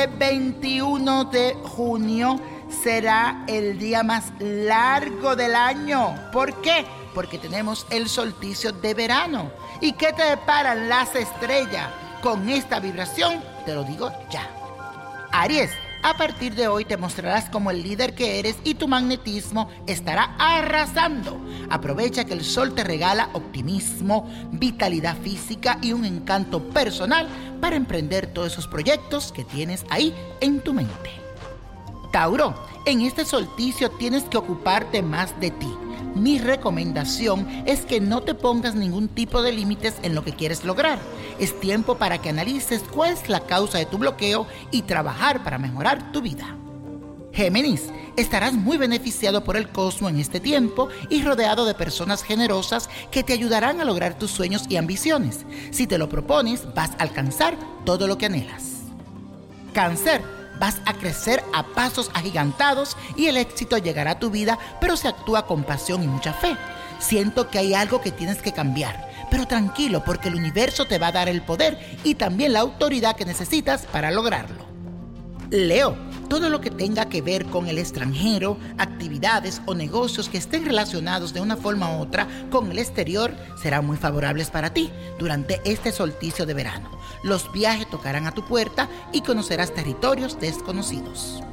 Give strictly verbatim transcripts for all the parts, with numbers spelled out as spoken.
Este veintiuno de junio será el día más largo del año. ¿Por qué? Porque tenemos el solsticio de verano. ¿Y qué te deparan las estrellas con esta vibración? Te lo digo ya. Aries, a partir de hoy te mostrarás como el líder que eres y tu magnetismo estará arrasando. Aprovecha que el sol te regala optimismo, vitalidad física y un encanto personal para emprender todos esos proyectos que tienes ahí en tu mente. Tauro, en este solsticio tienes que ocuparte más de ti. Mi recomendación es que no te pongas ningún tipo de límites en lo que quieres lograr. Es tiempo para que analices cuál es la causa de tu bloqueo y trabajar para mejorar tu vida. Géminis, estarás muy beneficiado por el cosmos en este tiempo y rodeado de personas generosas que te ayudarán a lograr tus sueños y ambiciones. Si te lo propones, vas a alcanzar todo lo que anhelas. Cáncer, vas a crecer a pasos agigantados y el éxito llegará a tu vida, pero se actúa con pasión y mucha fe. Siento que hay algo que tienes que cambiar, pero tranquilo porque el universo te va a dar el poder y también la autoridad que necesitas para lograrlo. Leo, todo lo que tenga que ver con el extranjero, actividades o negocios que estén relacionados de una forma u otra con el exterior serán muy favorables para ti durante este solsticio de verano. Los viajes tocarán a tu puerta y conocerás territorios desconocidos.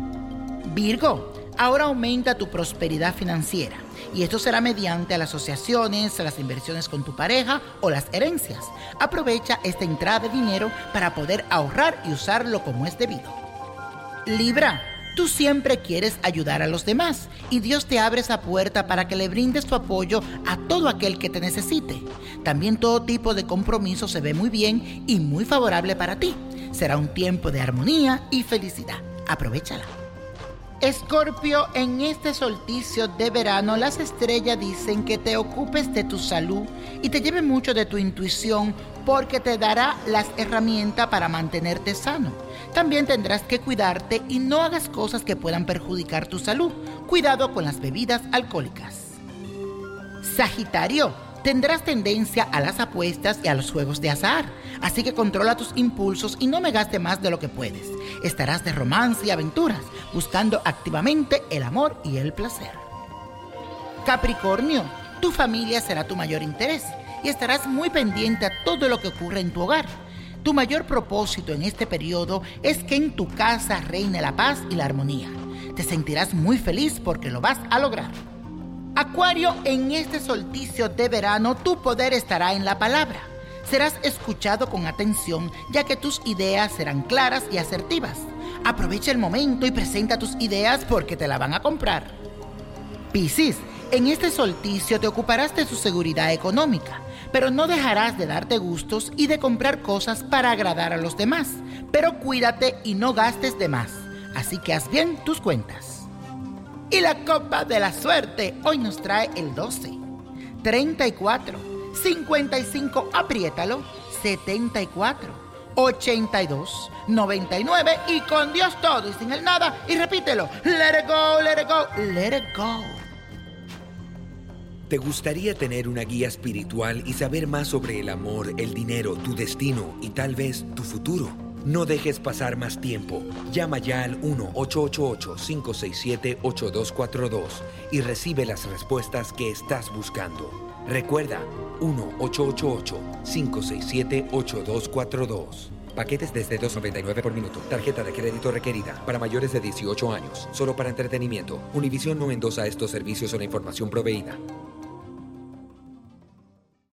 Virgo, ahora aumenta tu prosperidad financiera y esto será mediante las asociaciones, las inversiones con tu pareja o las herencias. Aprovecha esta entrada de dinero para poder ahorrar y usarlo como es debido. Libra, tú siempre quieres ayudar a los demás y Dios te abre esa puerta para que le brindes tu apoyo a todo aquel que te necesite. También todo tipo de compromiso se ve muy bien y muy favorable para ti. Será un tiempo de armonía y felicidad. Aprovéchala. Escorpio, en este solsticio de verano, las estrellas dicen que te ocupes de tu salud y te lleve mucho de tu intuición porque te dará las herramientas para mantenerte sano. También tendrás que cuidarte y no hagas cosas que puedan perjudicar tu salud. Cuidado con las bebidas alcohólicas. Sagitario, tendrás tendencia a las apuestas y a los juegos de azar, así que controla tus impulsos y no me gastes más de lo que puedes. Estarás de romance y aventuras, buscando activamente el amor y el placer. Capricornio, tu familia será tu mayor interés y estarás muy pendiente a todo lo que ocurre en tu hogar. Tu mayor propósito en este periodo es que en tu casa reine la paz y la armonía. Te sentirás muy feliz porque lo vas a lograr. Acuario, en este solsticio de verano, tu poder estará en la palabra. Serás escuchado con atención, ya que tus ideas serán claras y asertivas. Aprovecha el momento y presenta tus ideas porque te la van a comprar. Piscis, en este solsticio te ocuparás de tu seguridad económica, pero no dejarás de darte gustos y de comprar cosas para agradar a los demás. Pero cuídate y no gastes de más, así que haz bien tus cuentas. Y la copa de la suerte hoy nos trae el doce, treinta y cuatro, cincuenta y cinco, apriétalo, setenta y cuatro, ochenta y dos, noventa y nueve y con Dios todo y sin el nada. Y repítelo, let it go, let it go, let it go. ¿Te gustaría tener una guía espiritual y saber más sobre el amor, el dinero, tu destino y tal vez tu futuro? No dejes pasar más tiempo. Llama ya al uno ocho ocho ocho, cinco seis siete, ocho dos cuatro dos y recibe las respuestas que estás buscando. Recuerda, uno ocho ocho ocho, cinco seis siete, ocho dos cuatro dos. Paquetes desde dos noventa y nueve por minuto. Tarjeta de crédito requerida para mayores de dieciocho años. Solo para entretenimiento. Univision no endosa estos servicios o la información proveída.